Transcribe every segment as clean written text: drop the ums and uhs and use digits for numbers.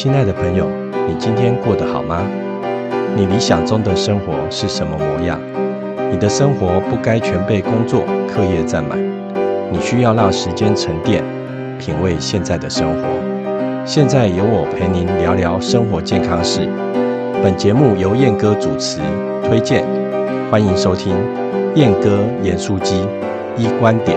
亲爱的朋友，你今天过得好吗？你理想中的生活是什么模样？你的生活不该全被工作、课业占满，你需要让时间沉淀，品味现在的生活。现在由我陪您聊聊生活健康事。本节目由燕哥主持推荐，欢迎收听燕哥盐酥鸡一观点。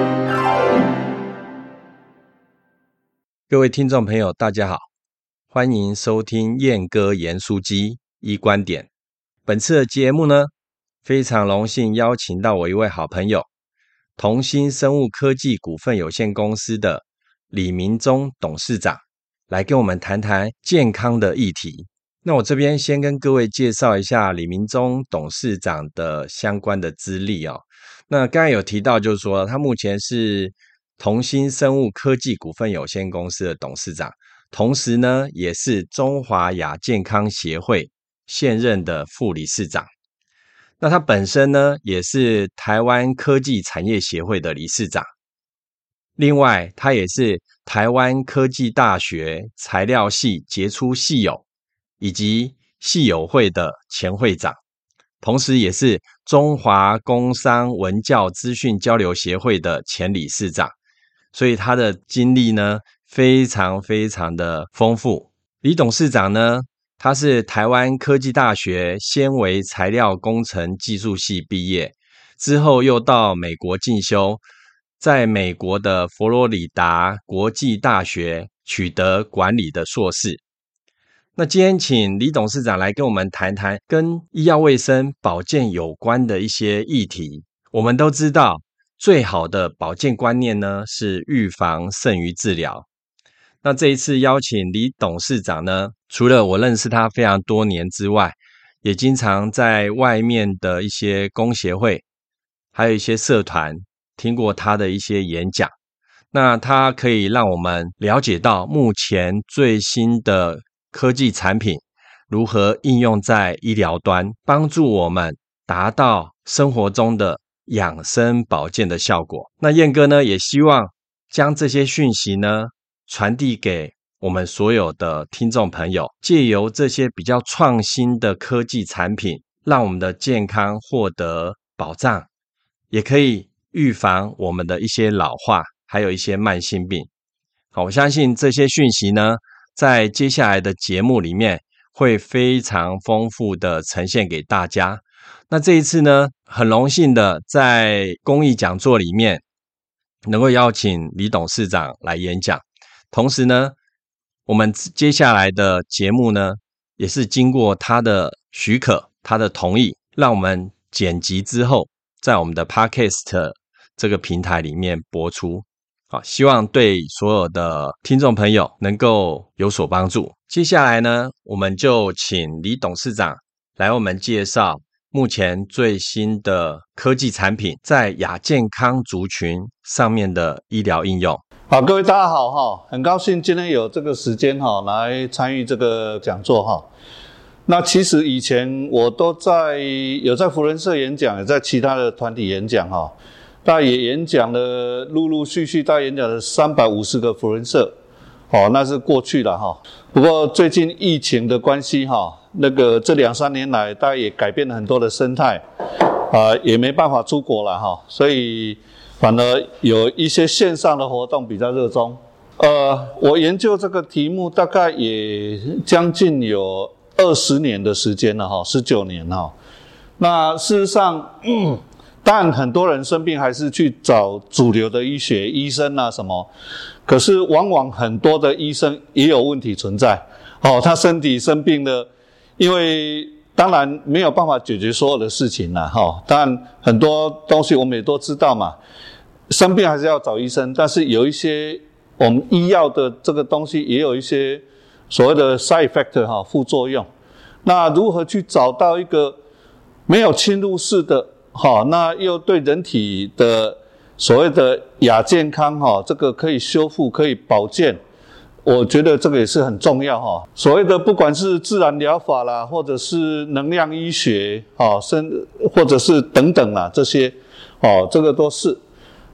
各位听众朋友，大家好，欢迎收听燕哥盐酥鸡一观点。本次的节目呢，非常荣幸邀请到我一位好朋友，同心生物科技股份有限公司的李明忠董事长，来跟我们谈谈健康的议题。那我这边先跟各位介绍一下李明忠董事长的相关的资历哦。那刚才有提到，就是说他目前是同心生物科技股份有限公司的董事长，同时呢，也是中华亚健康协会现任的副理事长。那他本身呢，也是台湾科技产业协会的理事长。另外，他也是台湾科技大学材料系杰出系友，以及系友会的前会长，同时也是中华工商文教资讯交流协会的前理事长。所以他的经历呢，非常非常的丰富。李董事长呢，他是台湾科技大学纤维材料工程技术系毕业，之后又到美国进修，在美国的佛罗里达国际大学取得管理的硕士。那今天请李董事长来跟我们谈谈跟医药卫生保健有关的一些议题。我们都知道，最好的保健观念呢，是预防胜于治疗。那这一次邀请李董事长呢，除了我认识他非常多年之外，也经常在外面的一些工协会，还有一些社团听过他的一些演讲。那他可以让我们了解到目前最新的科技产品如何应用在医疗端，帮助我们达到生活中的养生保健的效果。那燕哥呢，也希望将这些讯息呢传递给我们所有的听众朋友，借由这些比较创新的科技产品，让我们的健康获得保障，也可以预防我们的一些老化，还有一些慢性病。好，我相信这些讯息呢，在接下来的节目里面会非常丰富的呈现给大家。那这一次呢，很荣幸的在公益讲座里面能够邀请李董事长来演讲，同时呢，我们接下来的节目呢，也是经过他的许可，他的同意，让我们剪辑之后在我们的 Podcast 这个平台里面播出。好，希望对所有的听众朋友能够有所帮助。接下来呢，我们就请李董事长来为我们介绍目前最新的科技产品在亚健康族群上面的医疗应用。 好，各位大家好哈，很高兴今天有这个时间哈来参与这个讲座哈。那其实以前我都有在福伦社演讲，也在其他的团体演讲哈。大概也演讲了，陆陆续续大概演讲了350个福伦社，那是过去了哈。不过最近疫情的关系哈，这2-3年来，大概也改变了很多的生态，也没办法出国了哈，所以反而有一些线上的活动比较热衷。我研究这个题目大概也将近有20年的时间了哈，19年哈。那事实上，当然很多人生病还是去找主流的医学医生啊什么，可是往往很多的医生也有问题存在，他身体生病了，因为当然没有办法解决所有的事情啦，当然很多东西我们也都知道嘛，生病还是要找医生，但是有一些我们医药的这个东西也有一些所谓的 side effect 副作用，那如何去找到一个没有侵入式的那又对人体的所谓的亚健康这个可以修复可以保健，我觉得这个也是很重要所谓的不管是自然疗法啦，或者是能量医学或者是等等啦，这些这个都是。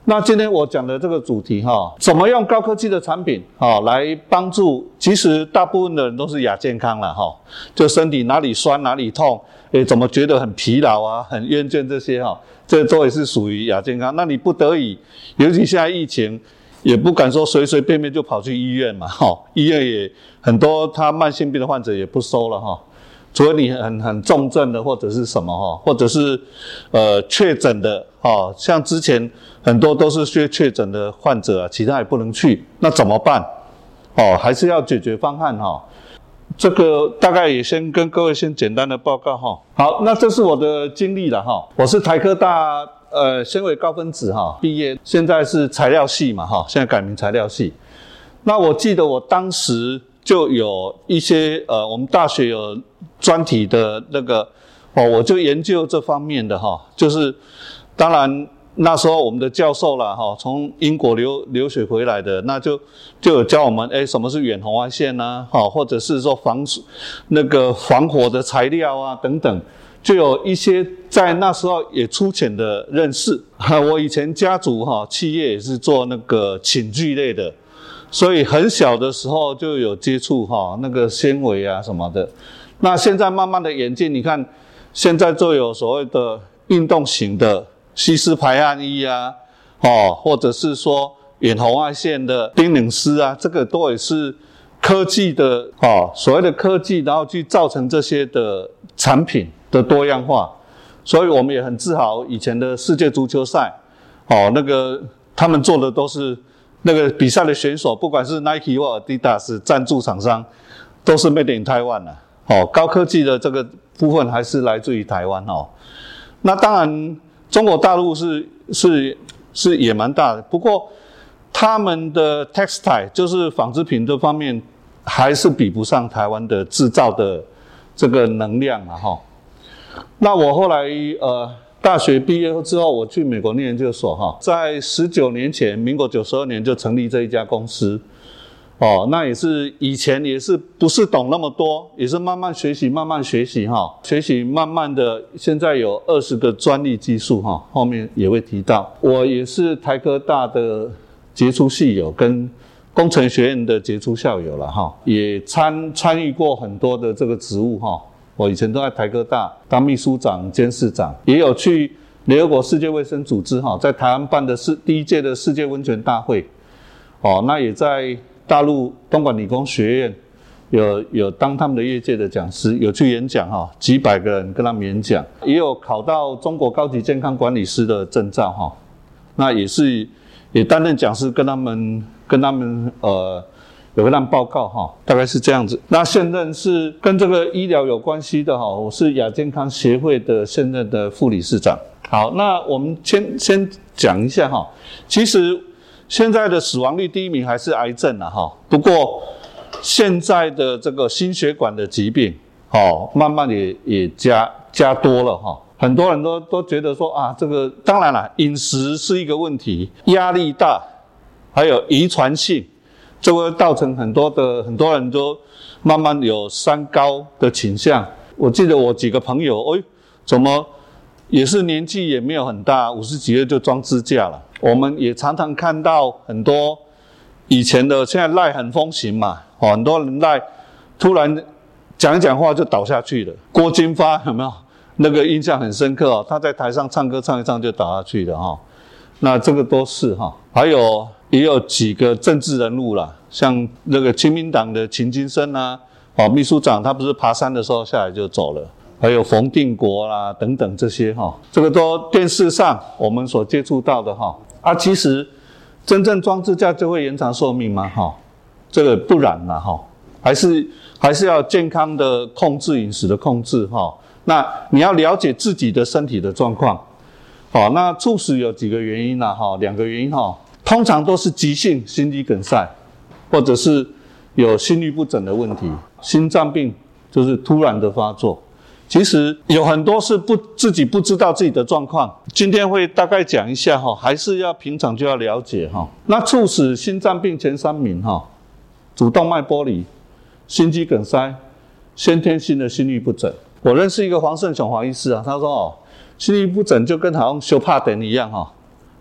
那今天我讲的这个主题怎么用高科技的产品来帮助，其实大部分的人都是亚健康了就身体哪里酸哪里痛，怎么觉得很疲劳啊，很厌倦这些这都也是属于亚健康。那你不得已，尤其现在疫情，也不敢说随随便便就跑去医院嘛医院也很多，他慢性病的患者也不收了除非你很重症的或者是什么或者是确诊的像之前很多都是确诊的患者其他也不能去，那怎么办还是要解决方案这个大概也先跟各位先简单的报告好，那这是我的经历了我是台科大纤维高分子毕业，现在是材料系嘛现在改名材料系。那我记得我当时就有一些我们大学有专题的那个我就研究这方面的就是当然那时候我们的教授啦从英国留学回来的，那就有教我们什么是远红外线啊或者是说防火的材料啊等等，就有一些在那时候也粗浅的认识。我以前家族企业也是做那个寝具类的，所以很小的时候就有接触那个纤维啊什么的。那现在慢慢的演进，你看现在就有所谓的运动型的吸湿排汗衣啊或者是说远红外线的冰冷丝啊，这个都也是科技的所谓的科技，然后去造成这些的产品的多样化。所以我们也很自豪，以前的世界足球赛那个他们做的都是那个比赛的选手，不管是 Nike 或 Adidas 赞助厂商，都是 Made in Taiwan 高科技的这个部分还是来自于台湾那当然中国大陆是也蛮大的，不过他们的 textile 就是纺织品这方面还是比不上台湾的制造的这个能量那我后来大学毕业之后，我去美国念研究所在19年前，民国92年就成立这一家公司那也是以前也是不是懂那么多，也是慢慢学习学习慢慢的，现在有20个专利技术后面也会提到。我也是台科大的杰出系友跟工程学院的杰出校友了也参与过很多的这个职务我以前都在台科大当秘书长、监事长，也有去联合国世界卫生组织在台湾办的第一届的世界温泉大会那也在大陆东莞理工学院有当他们的业界的讲师，有去演讲几百个人跟他们演讲，也有考到中国高级健康管理师的证照那也担任讲师，跟他们有跟他们报告大概是这样子。那现任是跟这个医疗有关系的我是亚健康协会的现任的副理事长。好，那我们先讲一下其实现在的死亡率第一名还是癌症不过现在的这个心血管的疾病慢慢也加多了很多人都觉得说这个当然了，饮食是一个问题，压力大，还有遗传性，这会造成很多人都慢慢有三高的倾向。我记得我几个朋友怎么也是年纪也没有很大，50几岁就装支架了。我们也常常看到很多以前的，现在赖很风行嘛很多人赖突然讲一讲话就倒下去了。郭金发有没有那个印象很深刻他在台上唱歌唱一唱就倒下去了那这个都是还有也有几个政治人物啦，像那个亲民党的秦金生啊秘书长，他不是爬山的时候下来就走了，还有冯定国啦等等这些这个都电视上我们所接触到的其实真正装支架就会延长寿命吗这个不然啦还是要健康的控制饮食的控制那你要了解自己的身体的状况那猝死有几个原因啦2个原因通常都是急性心肌梗塞，或者是有心律不整的问题，心脏病就是突然的发作。其实有很多是自己不知道自己的状况，今天会大概讲一下还是要平常就要了解那猝死心脏病前3名主动脉剥离、心肌梗塞、先天性的心律不整。我认识一个黄胜雄黄医师他说心律不整就跟好像修帕等一样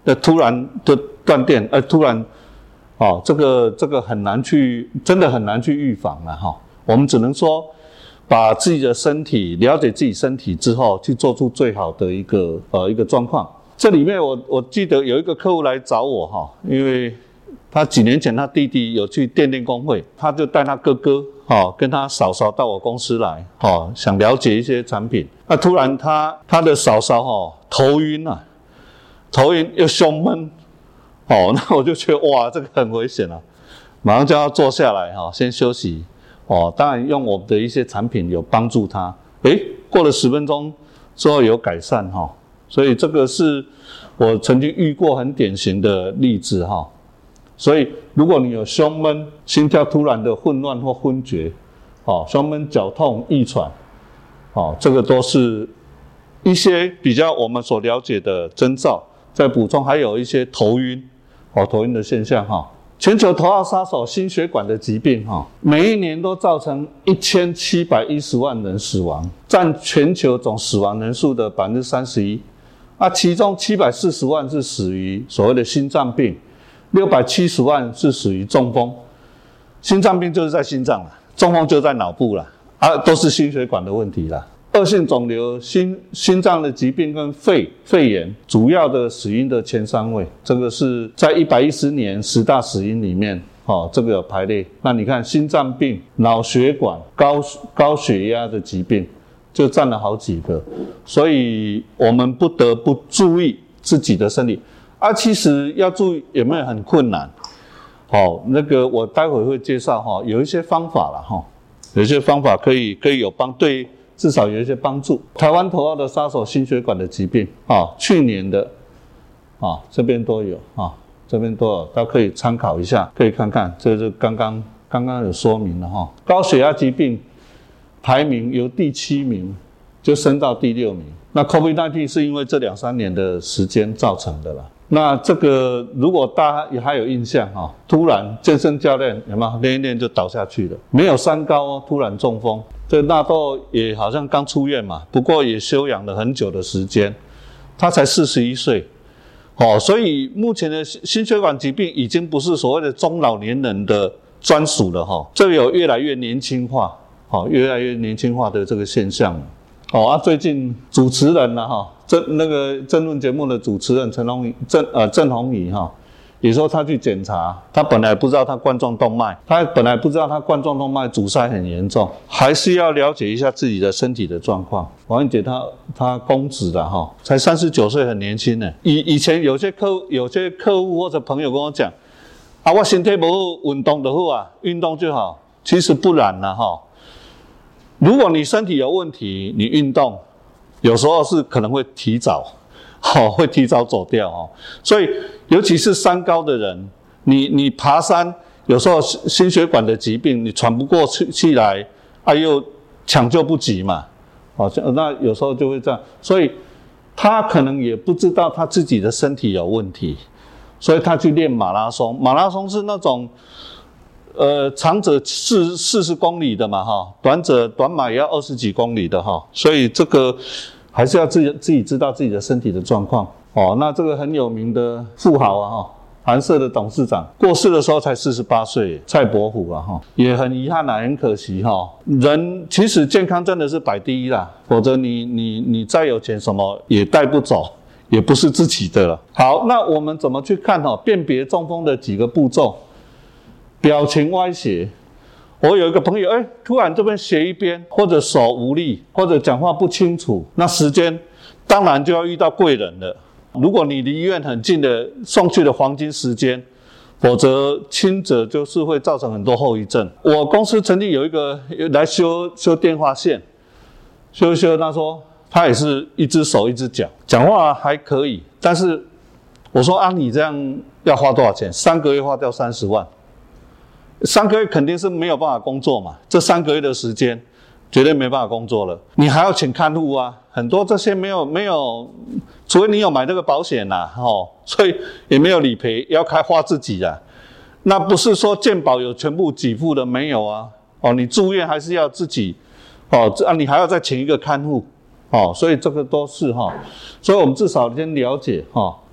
的突然的断电，突然，这个很难去，真的很难去预防了哈。我们只能说，把自己的身体了解自己身体之后，去做出最好的一个状况。这里面我记得有一个客户来找我哈，因为他几年前他弟弟有去电工会，他就带他哥哥跟他嫂嫂到我公司来想了解一些产品。那突然他的嫂嫂头晕啊，头晕又胸闷那我就觉得哇，这个很危险啊，马上叫他坐下来先休息当然用我们的一些产品有帮助他，过了10分钟之后有改善所以这个是我曾经遇过很典型的例子所以如果你有胸闷、心跳突然的混乱或昏厥胸闷、绞痛、易喘这个都是一些比较我们所了解的征兆。再补充还有一些头晕头晕的现象全球头号杀手心血管的疾病每一年都造成1710万人死亡，占全球总死亡人数的 31%。其中740万是死于所谓的心脏病，670万是死于中风。心脏病就是在心脏啦，中风就在脑部啦，都是心血管的问题啦。恶性肿瘤、心脏的疾病跟肺炎主要的死因的前3位，这个是在110年10大死因里面这个有排列。那你看心脏病、脑血管、高血压的疾病就占了好几个，所以我们不得不注意自己的身体其实要注意有没有很困难那个我待会会介绍有一些方法啦有一些方法可以有对至少有一些帮助。台湾头号的杀手心血管的疾病去年的这边都有这边都有，大家可以参考一下，可以看看，这是刚刚有说明了高血压疾病排名由第7名就升到第6名。那 COVID-19 是因为这2-3年的时间造成的啦。那这个如果大家也还有印象突然健身教练有没有练一练就倒下去了，没有三高突然中风。这纳豆也好像刚出院嘛，不过也休养了很久的时间，他才41岁所以目前的心血管疾病已经不是所谓的中老年人的专属了这个有越来越年轻化越来越年轻化的这个现象了最近主持人那个政论节目的主持人郑弘仪也说他去检查，他本来不知道他冠状动脉，阻塞很严重，还是要了解一下自己的身体的状况。王英姐她公子的才39岁，很年轻呢。以前有些客户或者朋友跟我讲我身体不好，运动就好运动就好。其实不然啦如果你身体有问题，你运动有时候是可能会提早走掉所以尤其是三高的人，你爬山有时候心血管的疾病你喘不过气来又抢救不及嘛那有时候就会这样，所以他可能也不知道他自己的身体有问题，所以他去练马拉松是那种长者40公里的嘛短马也要20几公里的所以这个还是要自己知道自己的身体的状况那这个很有名的富豪韩社的董事长过世的时候才48岁，蔡伯虎也很遗憾很可惜人其实健康真的是摆第一啦，否则你再有钱什么也带不走，也不是自己的了。好，那我们怎么去看辨别中风的几个步骤？表情歪斜，我有一个朋友突然这边斜一边，或者手无力，或者讲话不清楚，那时间当然就要遇到贵人了。如果你离医院很近的送去的黄金时间，否则轻者就是会造成很多后遗症。我公司曾经有一个来修电话线，修他说他也是一只手一只脚，讲话还可以，但是我说你这样要花多少钱？3个月花掉30万。3个月肯定是没有办法工作嘛，这3个月的时间绝对没办法工作了，你还要请看护很多这些没有，除非你有买这个保险所以也没有理赔，要花自己那不是说健保有全部给付的，没有你住院还是要自己你还要再请一个看护所以这个都是所以我们至少先了解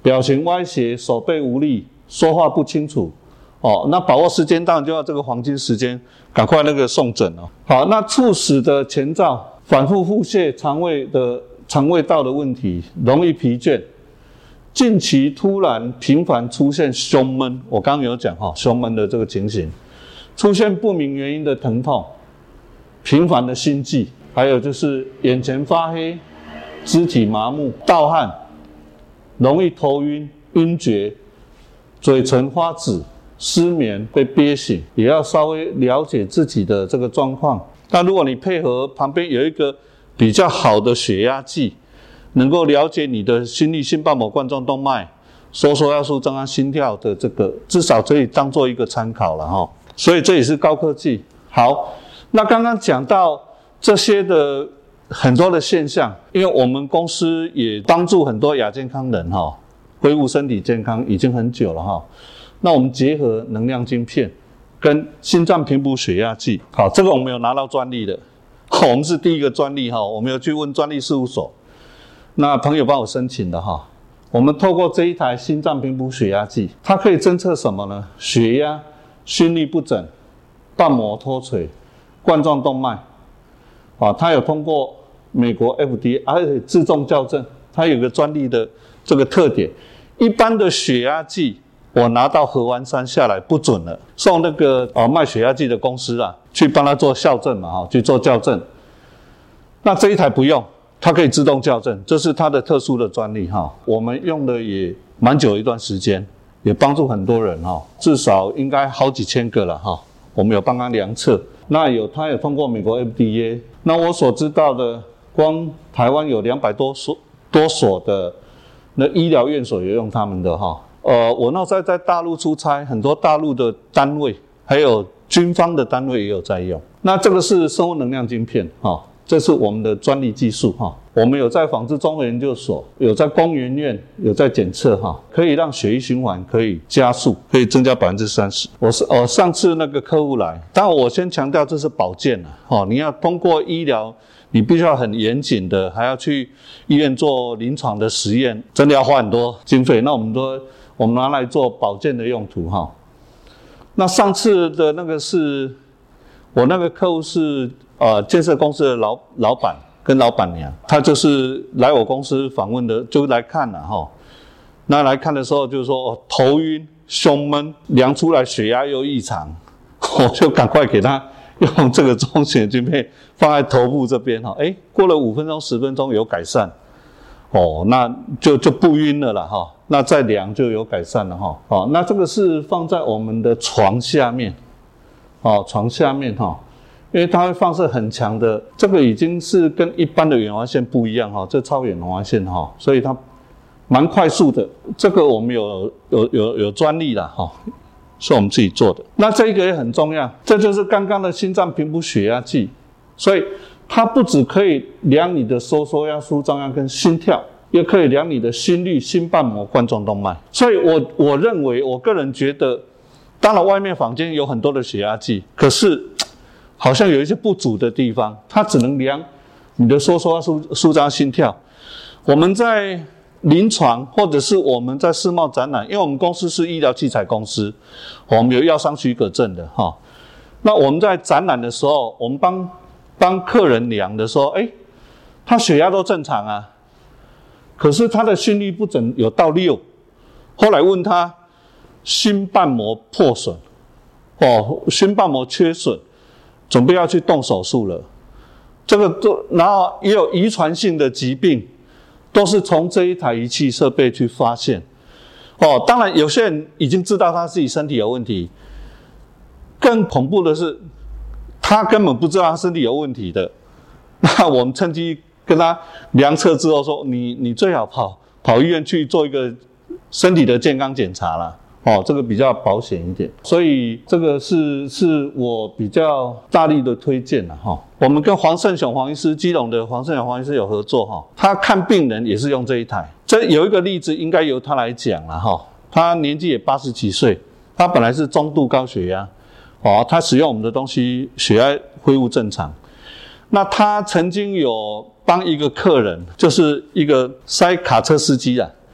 表情歪斜、手背无力、说话不清楚。那把握时间当然就要这个黄金时间，赶快那个送诊哦。好，那猝死的前兆，反复腹泻、肠胃道的问题，容易疲倦，近期突然频繁出现胸闷，我刚刚有讲胸闷的这个情形，出现不明原因的疼痛，频繁的心悸，还有就是眼前发黑、肢体麻木、盗汗，容易头晕、晕厥，嘴唇发紫。失眠被憋醒，也要稍微了解自己的这个状况。那如果你配合旁边有一个比较好的血压计，能够了解你的心率、心瓣膜、冠状动脉、收缩压缩、张压心跳的这个，至少可以当做一个参考了哈。所以这也是高科技。好，那刚刚讲到这些的很多的现象，因为我们公司也帮助很多亚健康人恢复身体健康已经很久了哈。那我们结合能量晶片跟心脏频谱血压计，好，这个我们有拿到专利的，我们是第一个专利我们有去问专利事务所，那朋友帮我申请的我们透过这一台心脏频谱血压计，它可以侦测什么呢？血压、心律不整、瓣膜脱垂、冠状动脉，它有通过美国 FDA， 而且自动校正，它有个专利的这个特点。一般的血压计我拿到合欢山下来不准了，送那个卖血压计的公司去帮他做校正嘛去做校正。那这一台不用，它可以自动校正，这是它的特殊的专利我们用的也蛮久一段时间，也帮助很多人至少应该好几千个了我们有帮他量测。那它有通过美国 FDA。那我所知道的，光台湾有200多所的那医疗院所有用他们的我那时候在大陆出差，很多大陆的单位，还有军方的单位也有在用。那这个是生物能量晶片这是我们的专利技术我们有在仿制综合研究所，有在工研院，有在检测可以让血液循环可以加速，可以增加30%。我上次那个客户来，当然我先强调这是保健你要通过医疗，你必须要很严谨的，还要去医院做临床的实验，真的要花很多经费。那我们拿来做保健的用途那上次的那个是我那个客户是建设公司的老板跟老板娘，他就是来我公司访问的，就来看了那来看的时候就是说头晕、胸闷，量出来血压又异常，我就赶快给他用这个中血晶片放在头部这边过了5分钟10分钟有改善那就不晕了啦那再量就有改善了那这个是放在我们的床下面床下面因为它会放射很强的，这个已经是跟一般的远环线不一样这超远环线所以它蛮快速的，这个我们有专利啦是我们自己做的。那这个也很重要，这就是刚刚的心脏频谱血压计，所以它不只可以量你的收缩压、舒张压跟心跳，也可以量你的心率、心瓣膜、冠状动脉。所以我认为，我个人觉得，当然外面坊间有很多的血压计，可是好像有一些不足的地方，它只能量你的收缩压、舒张心跳。我们在临床或者是我们在世贸展览，因为我们公司是医疗器材公司，我们有药商许可证的那我们在展览的时候，我们帮客人量的时候，他血压都正常可是他的心律不整有到6，后来问他心瓣膜破损心瓣膜缺损，准备要去动手术了。这个然后也有遗传性的疾病，都是从这一台仪器设备去发现当然有些人已经知道他自己身体有问题，更恐怖的是他根本不知道他身体有问题的。那我们趁机跟他量测之后说，你最好跑医院去做一个身体的健康检查啦这个比较保险一点。所以这个是我比较大力的推荐啦我们跟黄胜雄黄医师，基隆的黄胜雄黄医师有合作他看病人也是用这一台。这有一个例子应该由他来讲啦他年纪也80几岁，他本来是中度高血压他使用我们的东西，血压恢复正常。那他曾经有帮一个客人，就是一个塞卡车司机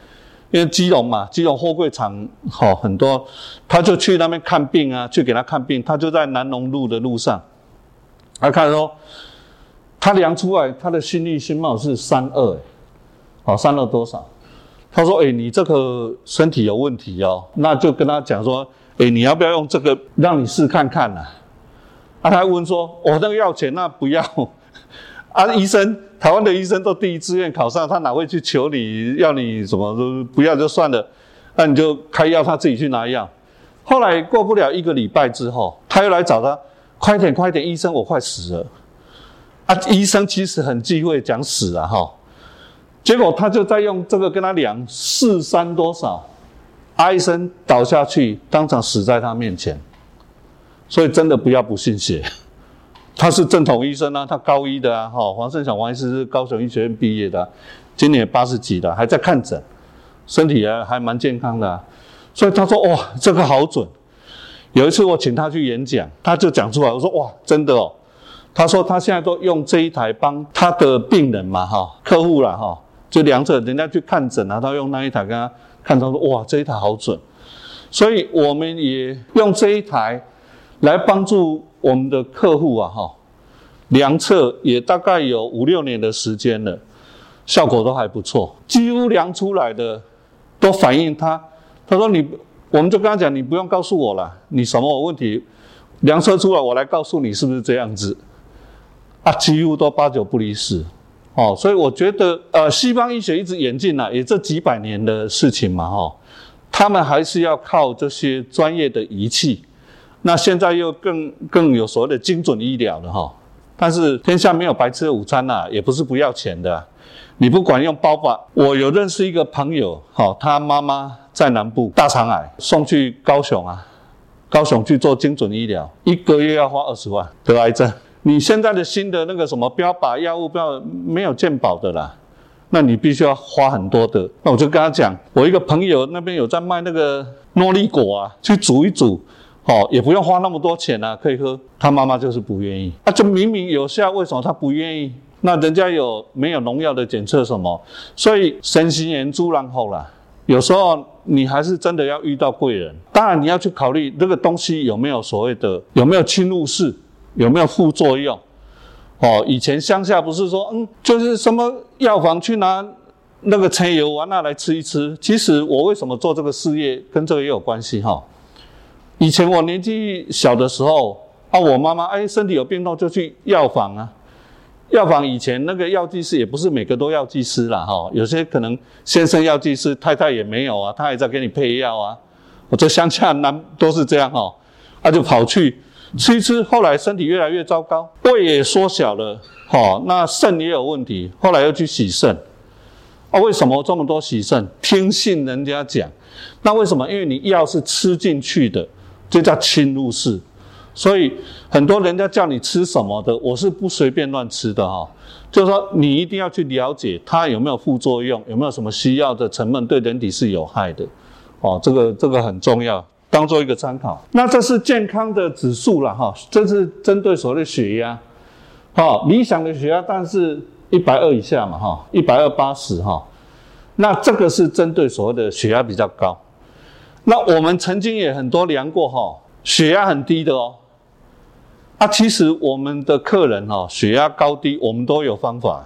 因为基隆嘛，基隆货柜厂很多，他就去那边看病啊，去给他看病，他就在南农路的路上，他看说，他量出来他的心率心率是32，好，32多少？他说，你这个身体有问题哦，那就跟他讲说，你要不要用这个让你试看看啊？他还问说，那个要钱，那不要。医生，台湾的医生都第一志愿考上，他哪会去求你要你什么不要就算了，那你就开药，他自己去拿药。后来过不了1个礼拜之后，他又来找他，快点，医生，我快死了。医生其实很忌讳讲死啊结果他就在用这个跟他量43多少，医生倒下去，当场死在他面前。所以真的不要不信邪。他是正统医生啊，他高一的啊，黄胜祥黄医师是高雄医学院毕业的今年80几了，还在看诊，身体还蛮健康的所以他说哇，这个好准。有一次我请他去演讲，他就讲出来，我说哇，真的哦。他说他现在都用这一台帮他的病人嘛客户啦就量测，人家去看诊啊，他用那一台跟他看，他说哇，这一台好准。所以我们也用这一台来帮助我们的客户量测也大概有5、6年的时间了，效果都还不错，几乎量出来的都反映他说我们就跟他讲，你不用告诉我啦，你什么问题量测出来我来告诉你是不是这样子几乎都8、9不离10所以我觉得西方医学一直演进也这几百年的事情嘛他们还是要靠这些专业的仪器。那现在又更有所谓的精准医疗了但是天下没有白吃的午餐也不是不要钱的你不管用包法，我有认识一个朋友他妈妈在南部大肠癌，送去高雄去做精准医疗，1个月要花20万，得癌症。你现在的新的那个什么标靶药物没有健保的啦，那你必须要花很多的。那我就跟他讲，我一个朋友那边有在卖那个诺丽果去煮一煮也不用花那么多钱可以喝。他妈妈就是不愿意就明明有效，为什么他不愿意？那人家没有农药的检测什么？所以身心言猪然后啦，有时候你还是真的要遇到贵人。当然你要去考虑这个东西有没有所谓的有没有侵入式，有没有副作用以前乡下不是说就是什么药房去拿那个柴油丸来吃一吃。其实我为什么做这个事业跟这个也有关系以前我年纪小的时候我妈妈身体有病痛就去药房药房以前那个药剂师也不是每个都药剂师啦有些可能先生药剂师，太太也没有他也在给你配药我这乡下都是这样就跑去吃一吃，后来身体越来越糟糕，胃也缩小了那肾也有问题，后来又去洗肾为什么这么多洗肾？听信人家讲。那为什么？因为你药是吃进去的，这叫侵入式。所以很多人家叫你吃什么的，我是不随便乱吃的就是说你一定要去了解它有没有副作用，有没有什么西药的成分对人体是有害的这个很重要，当做一个参考。那这是健康的指数啦这是针对所谓的血压理想的血压但是120以下嘛120、80那这个是针对所谓的血压比较高。那我们曾经也很多量过血压很低的其实我们的客人血压高低我们都有方法。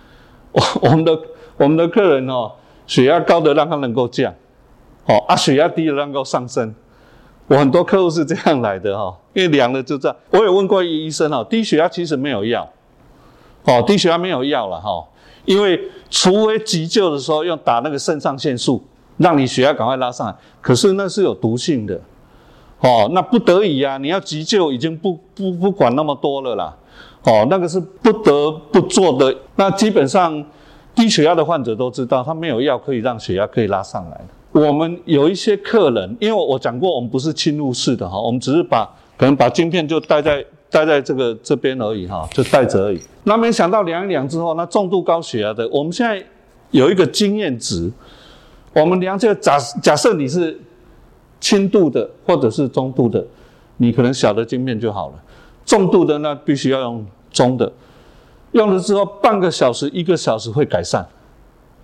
我们的客人血压高的让他能够降血压低的让他能够上升。我很多客户是这样来的因为量了就这样。我有问过医生低血压其实没有药低血压没有药了因为除非急救的时候用打那个肾上腺素让你血压赶快拉上来，可是那是有毒性的那不得已你要急救已经不管那么多了啦那个是不得不做的。那基本上低血压的患者都知道他没有药可以让血压可以拉上来的。我们有一些客人，因为我讲过我们不是侵入式的我们只是可能把晶片就带在这边而已就带着而已。那没想到量一量之后，那重度高血压的，我们现在有一个经验值，我们量这个假设你是轻度的或者是中度的，你可能小的晶片就好了。重度的那必须要用中的，用了之后半个小时、1个小时会改善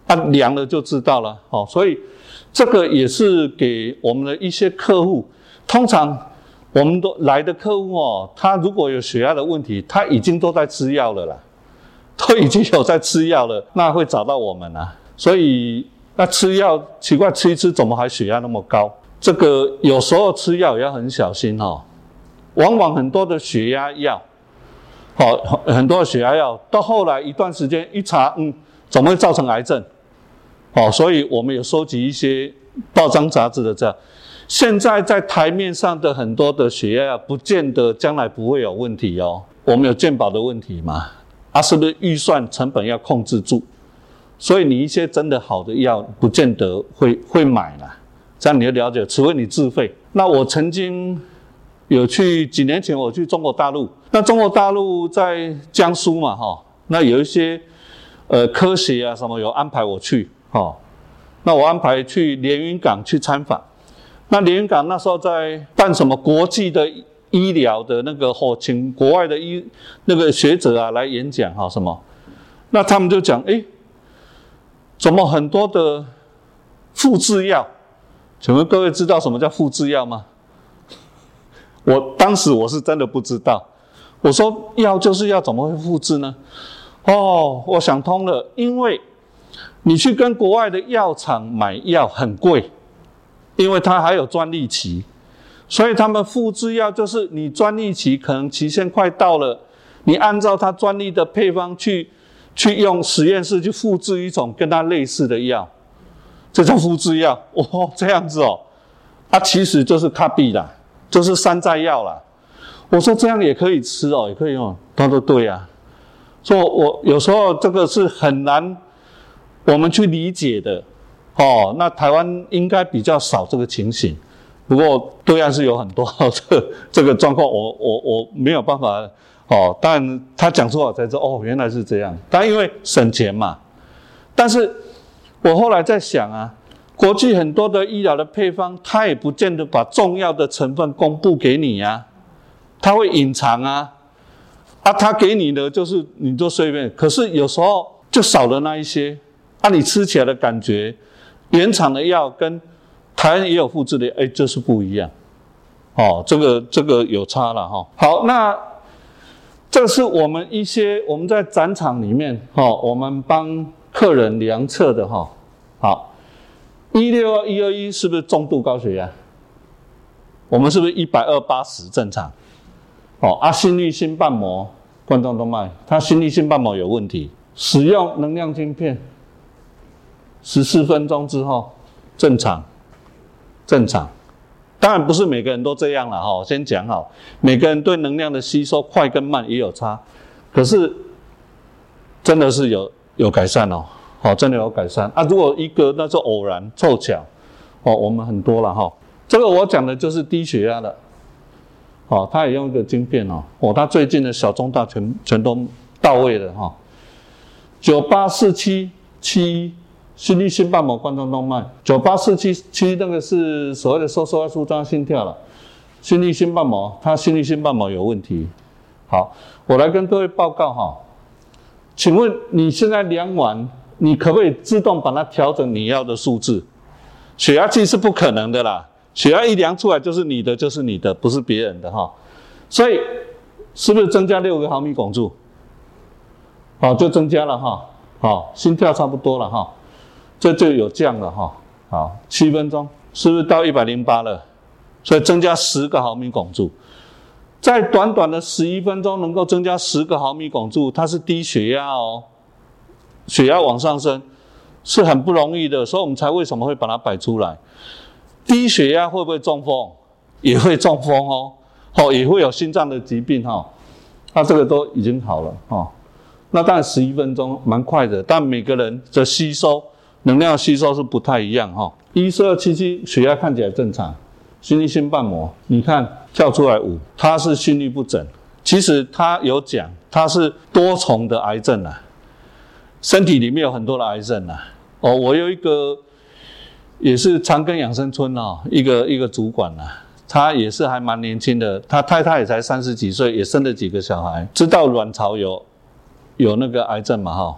量了就知道了，所以这个也是给我们的一些客户，通常我们都来的客户他如果有血压的问题，他已经都在吃药了啦，都已经有在吃药了，那会找到我们啊。所以那吃药奇怪，吃一吃怎么还血压那么高？这个有时候吃药也要很小心往往很多的血压药，很多的血压药到后来一段时间一查，怎么会造成癌症？所以我们有收集一些报章杂志的这样。现在在台面上的很多的血压药，不见得将来不会有问题我们有健保的问题嘛？是不是预算成本要控制住？所以你一些真的好的药，不见得会买啦。这样你就了解，除非你自费。那我曾经有几年前我去中国大陆，那中国大陆在江苏嘛那有一些科协什么有安排我去那我安排去连云港去参访。那连云港那时候在办什么国际的医疗的那个请国外的那个学者来演讲什么，那他们就讲怎么很多的复制药？请问各位知道什么叫复制药吗？当时我是真的不知道。我说药就是药，怎么会复制呢？我想通了，因为你去跟国外的药厂买药很贵，因为它还有专利期，所以他们复制药就是你专利期可能期限快到了，你按照它专利的配方去用实验室去复制一种跟它类似的药，这叫复制药这样子其实就是 copy 啦，就是山寨药啦。我说这样也可以吃也可以用，他说对啊。所以我有时候这个是很难我们去理解的那台湾应该比较少这个情形，不过对岸是有很多这个状况，我没有办法但他讲出来才知道原来是这样。但因为省钱嘛，但是我后来在想国际很多的医疗的配方，它也不见得把重要的成分公布给你它会隐藏它给你的就是你就随便，可是有时候就少了那一些你吃起来的感觉，原厂的药跟台湾也有复制的就是不一样这个有差了好，那这是我们在展场里面我们帮客人量测的好，162、121是不是重度高血压？我们是不是120/80正常？心律心瓣膜、冠状动脉，它心律心瓣膜有问题，使用能量晶片14分钟之后正常。当然不是每个人都这样啦先讲好，每个人对能量的吸收快跟慢也有差，可是真的是有改善真的有改善如果一个那是偶然凑巧我们很多了这个我讲的就是低血压的他也用一个晶片他最近的小中大全都到位了984771心律心瓣膜冠状动脉，98477那个是所谓的收缩压舒张心跳了，心律心瓣膜，它心律心瓣膜有问题。好，我来跟各位报告请问你现在量完，你可不可以自动把它调整你要的数字？血压计是不可能的啦，血压一量出来就是你的，就是你的，不是别人的所以是不是增加6个毫米汞柱？就增加了心跳差不多了这就有降了好，7分钟是不是到108了？所以增加10个毫米汞柱，在短短的11分钟能够增加10个毫米汞柱，它是低血压血压往上升是很不容易的，所以我们才为什么会把它摆出来。低血压会不会中风？也会中风也会有心脏的疾病那这个都已经好了那当然11分钟蛮快的，但每个人的能量吸收是不太一样14277血压看起来正常，心律心瓣膜你看跳出来5，它是心律不整，其实它有讲它是多重的癌症身体里面有很多的癌症我有一个也是长庚养生村一个主管他也是还蛮年轻的，他太太也才30几岁，也生了几个小孩，知道卵巢有那个癌症嘛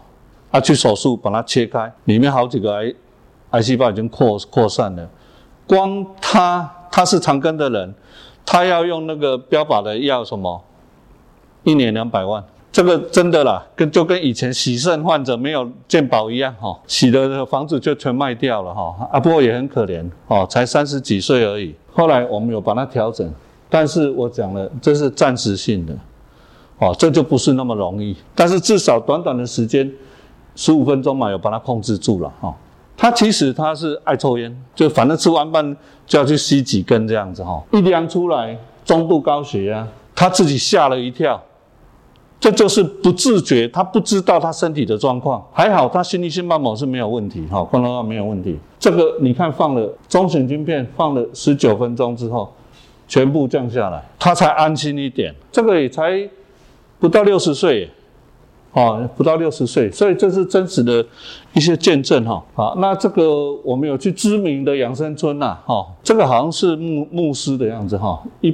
去手术把它切开，里面好几个癌细胞已经扩散了。光他是长庚的人，他要用那个标靶的药什么，1年200万。这个真的啦，就跟以前洗肾患者没有健保一样洗的房子就全卖掉了不过也很可怜才30几岁而已。后来我们有把它调整，但是我讲了，这是暂时性的这就不是那么容易。但是至少短短的时间，15分钟嘛，有把它控制住了他其实他是爱抽烟，就反正吃完饭就要去吸几根这样子一量出来中度高血压，他自己吓了一跳。这就是不自觉，他不知道他身体的状况。还好他心律瓣膜是没有问题kontrol到没有问题。这个你看放了中型晶片，放了19分钟之后，全部降下来，他才安心一点。这个也才不到60岁耶，不到60岁，所以这是真实的一些见证好，那这个我们有去知名的养生村这个好像是牧师的样子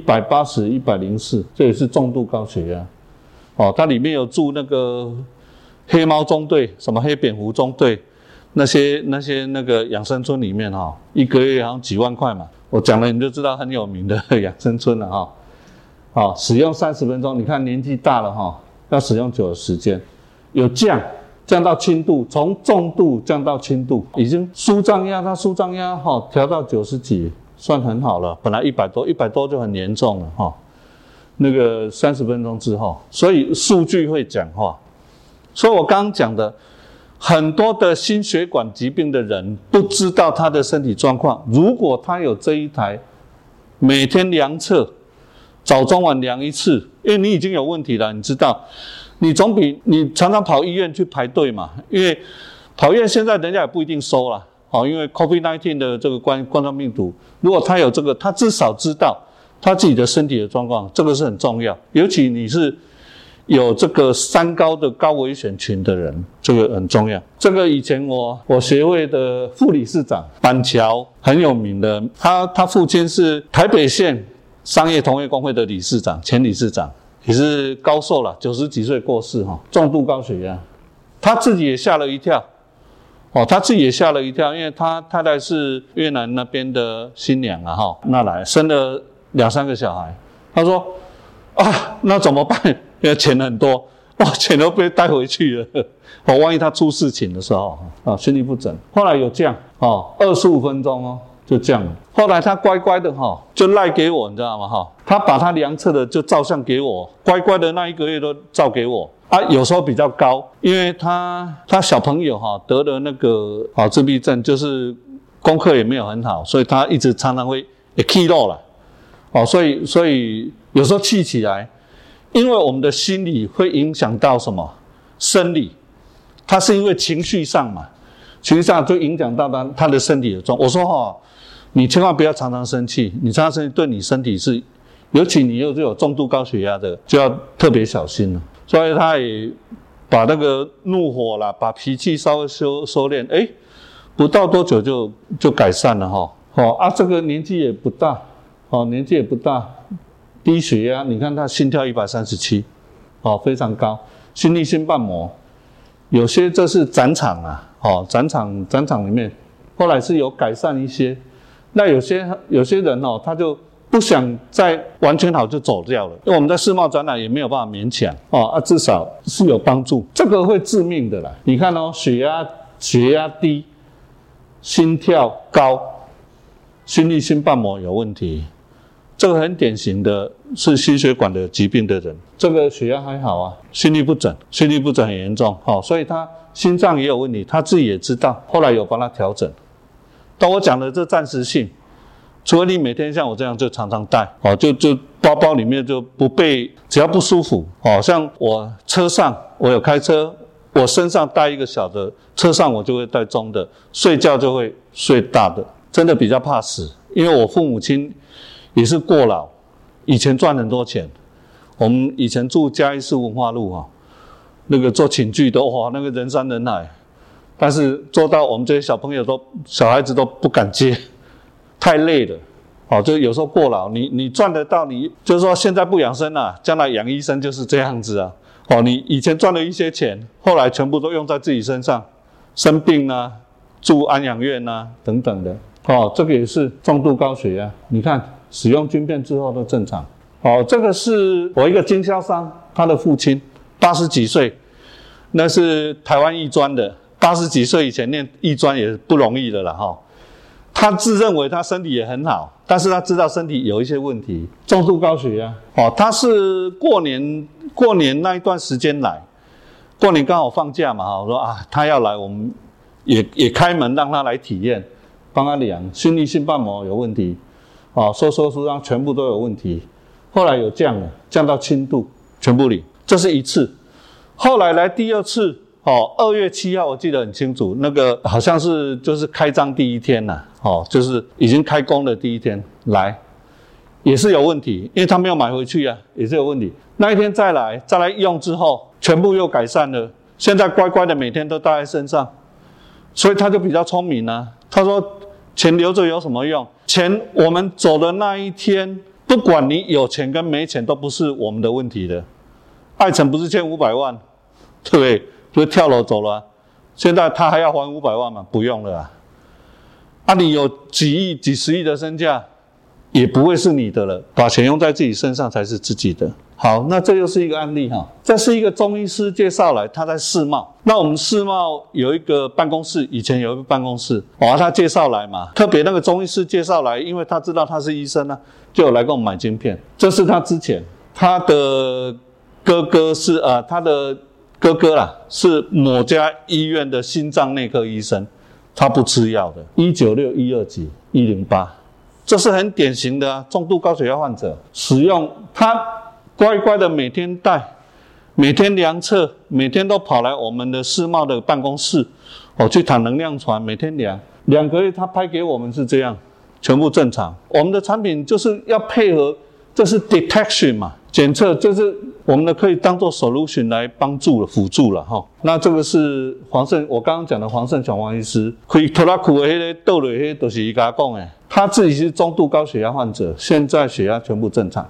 180、104，这也是重度高血压。它里面有住那个黑猫中队，什么黑蝙蝠中队，那些那个养生村里面一个月好像几万块嘛。我讲了你就知道很有名的养生村了使用30分钟，你看年纪大了要使用久的时间，有降到轻度，从重度降到轻度，已经舒张压，它舒张压调到90几，算很好了。本来100多就很严重了那个30分钟之后，所以数据会讲话。所以我刚刚讲的，很多的心血管疾病的人不知道他的身体状况，如果他有这一台每天量测，早中晚量一次，因为你已经有问题了，你知道，你总比你常常跑医院去排队嘛，因为跑医院现在人家也不一定收了因为 COVID-19 的这个冠状病毒，如果他有这个，他至少知道他自己的身体的状况，这个是很重要。尤其你是有这个3高的高危险群的人，这个很重要。这个以前我协会的副理事长板桥很有名的，他父亲是台北县商业同业公会的理事长，前理事长，也是高寿了，90几岁过世重度高血压，他自己也吓了一跳。他自己也吓了一跳，因为他太太是越南那边的新娘那来生了2-3个小孩，他说那怎么办？因为钱很多，钱都被带回去了，万一他出事情的时候心律不整。后来有降25分钟就降了。后来他乖乖的就赖给我，你知道吗他把他量测的就照相给我，乖乖的那1个月都照给我。有时候比较高，因为他小朋友得了那个自闭症，就是功课也没有很好，所以他一直常常会气漏了所以有时候气起来，因为我们的心理会影响到什么生理，他是因为情绪上嘛，情绪上就影响到他的身体的状况。我说你千万不要常常生气，你常常生气对你身体是，尤其你又有重度高血压的，就要特别小心了。所以他也把那个怒火啦，把脾气稍微收敛，不到多久就改善了这个年纪也不大低血压，你看他心跳137非常高，心律瓣膜有些这是展场展场里面后来是有改善一些。那有些人他就不想再完全好就走掉了，因为我们在世贸展览也没有办法勉强至少是有帮助。这个会致命的啦，你看血压低，心跳高，心律瓣膜有问题，这个很典型的是心血管的疾病的人。这个血压还好心律不整很严重所以他心脏也有问题，他自己也知道，后来有帮他调整。但我讲的这暂时性，除非你每天像我这样就常常带就包包里面就不被，只要不舒服像我车上我有开车，我身上带一个小的，车上我就会带中的，睡觉就会睡大的，真的比较怕死。因为我父母亲也是过劳，以前赚很多钱，我们以前住嘉义市文化路那个做寝具的那个人山人海，但是做到我们这些小孩子都不敢接，太累了就有时候过劳，你赚得到，你就是说现在不养生将来养医生就是这样子你以前赚了一些钱，后来全部都用在自己身上，生病啊，住安养院啊等等的。这个也是重度高血压。你看使用军片之后都正常。这个是我一个经销商，他的父亲80几岁，那是台湾艺专的，80几岁以前念艺专也不容易的啦他自认为他身体也很好，但是他知道身体有一些问题，重度高血压。他是过年那一段时间来，过年刚好放假嘛，我说他要来，我们也开门让他来体验，帮他量心律心瓣膜有问题，收缩让全部都有问题。后来有降了，降到轻度，全部领，这是一次。后来来第二次，2月7号我记得很清楚，那个好像是就是开张第一天啦，就是已经开工的第一天来，也是有问题，因为他没有买回去啊，也是有问题。那一天再来用之后，全部又改善了，现在乖乖的每天都带在身上，所以他就比较聪明啊。他说钱留着有什么用？钱我们走的那一天，不管你有钱跟没钱都不是我们的问题的。艾诚不是欠500万，对不对？就跳楼走了现在他还要还500万吗？不用了你有几亿几十亿的身价也不会是你的了，把钱用在自己身上才是自己的。好，那这又是一个案例这是一个中医师介绍来，他在世贸。那我们世贸有一个办公室，以前有一个办公室他介绍来嘛，特别那个中医师介绍来，因为他知道他是医生就有来跟我们买晶片。这是他之前他的哥哥是他的哥哥是某家医院的心脏内科医生，他不吃药的，196、120几、108，这是很典型的重度高血压患者使用，他乖乖的每天带，每天量测，每天都跑来我们的世贸的办公室去躺能量床，每天量，2个月他拍给我们是这样，全部正常。我们的产品就是要配合，这是 detection 嘛，检测，就是我们的可以当做 solution 来帮助了，辅助了那这个是我刚刚讲的黄胜雄黄医师，开拖拉库的那个倒落那都是他跟我讲的，他自己是中度高血压患者，现在血压全部正常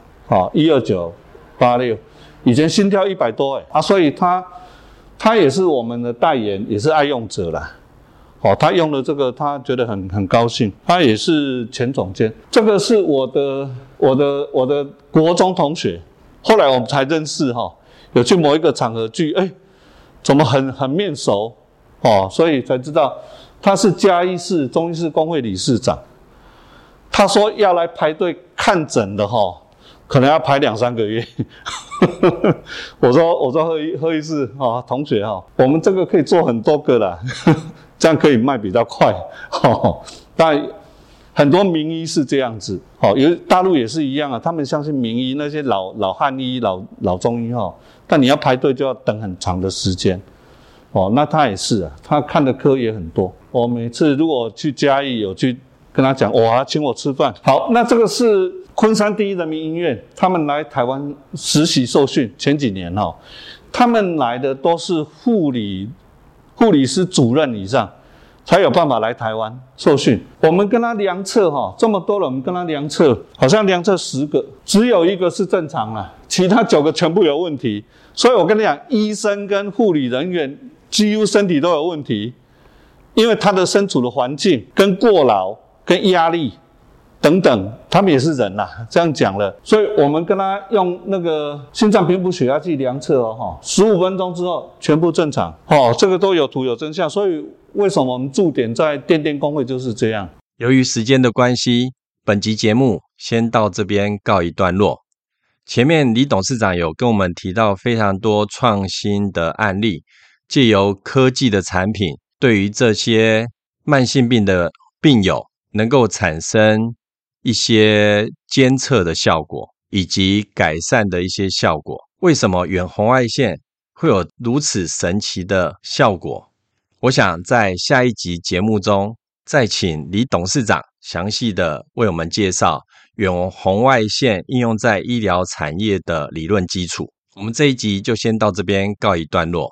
，129、86，以前心跳100多所以他也是我们的代言，也是爱用者啦。他用了这个，他觉得很高兴。他也是前总监，这个是我的国中同学，后来我们才认识有去某一个场合聚，怎么很面熟所以才知道他是嘉义市中医师公会理事长。他说要来排队看诊的可能要排2-3个月。我说贺医师同学我们这个可以做很多个啦。这样可以卖比较快但很多名医是这样子有大陆也是一样他们相信名医，那些老汉医、老中医但你要排队就要等很长的时间那他也是他看的科也很多。我每次如果去嘉义有去跟他讲请我吃饭。好，那这个是昆山第一人民医院，他们来台湾实习受训，前几年他们来的都是护理师主任以上才有办法来台湾受训。我们跟他量测这么多人，我们跟他量测，好像量测10个，只有1个是正常啦，其他9个全部有问题。所以我跟你讲，医生跟护理人员几乎身体都有问题，因为他的身处的环境跟过劳跟压力等等，他们也是人这样讲了。所以我们跟他用那个心脏频谱血压计量测15分钟之后全部正常这个都有图有真相。所以为什么我们驻点在电工会就是这样。 由于时间的关系，本集节目先到这边告一段落。前面李董事长有跟我们提到非常多创新的案例，借由科技的产品对于这些慢性病的病友能够产生一些监测的效果以及改善的一些效果。为什么远红外线会有如此神奇的效果？我想在下一集节目中再请李董事长详细的为我们介绍远红外线应用在医疗产业的理论基础。我们这一集就先到这边告一段落。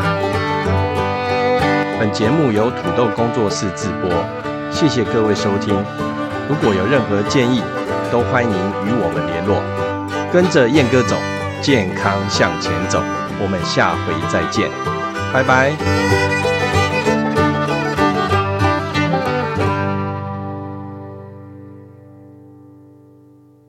本节目由土豆工作室制播，谢谢各位收听。如果有任何建议，都欢迎与我们联络。跟着燕哥走，健康向前走。 我们下回再见，拜拜。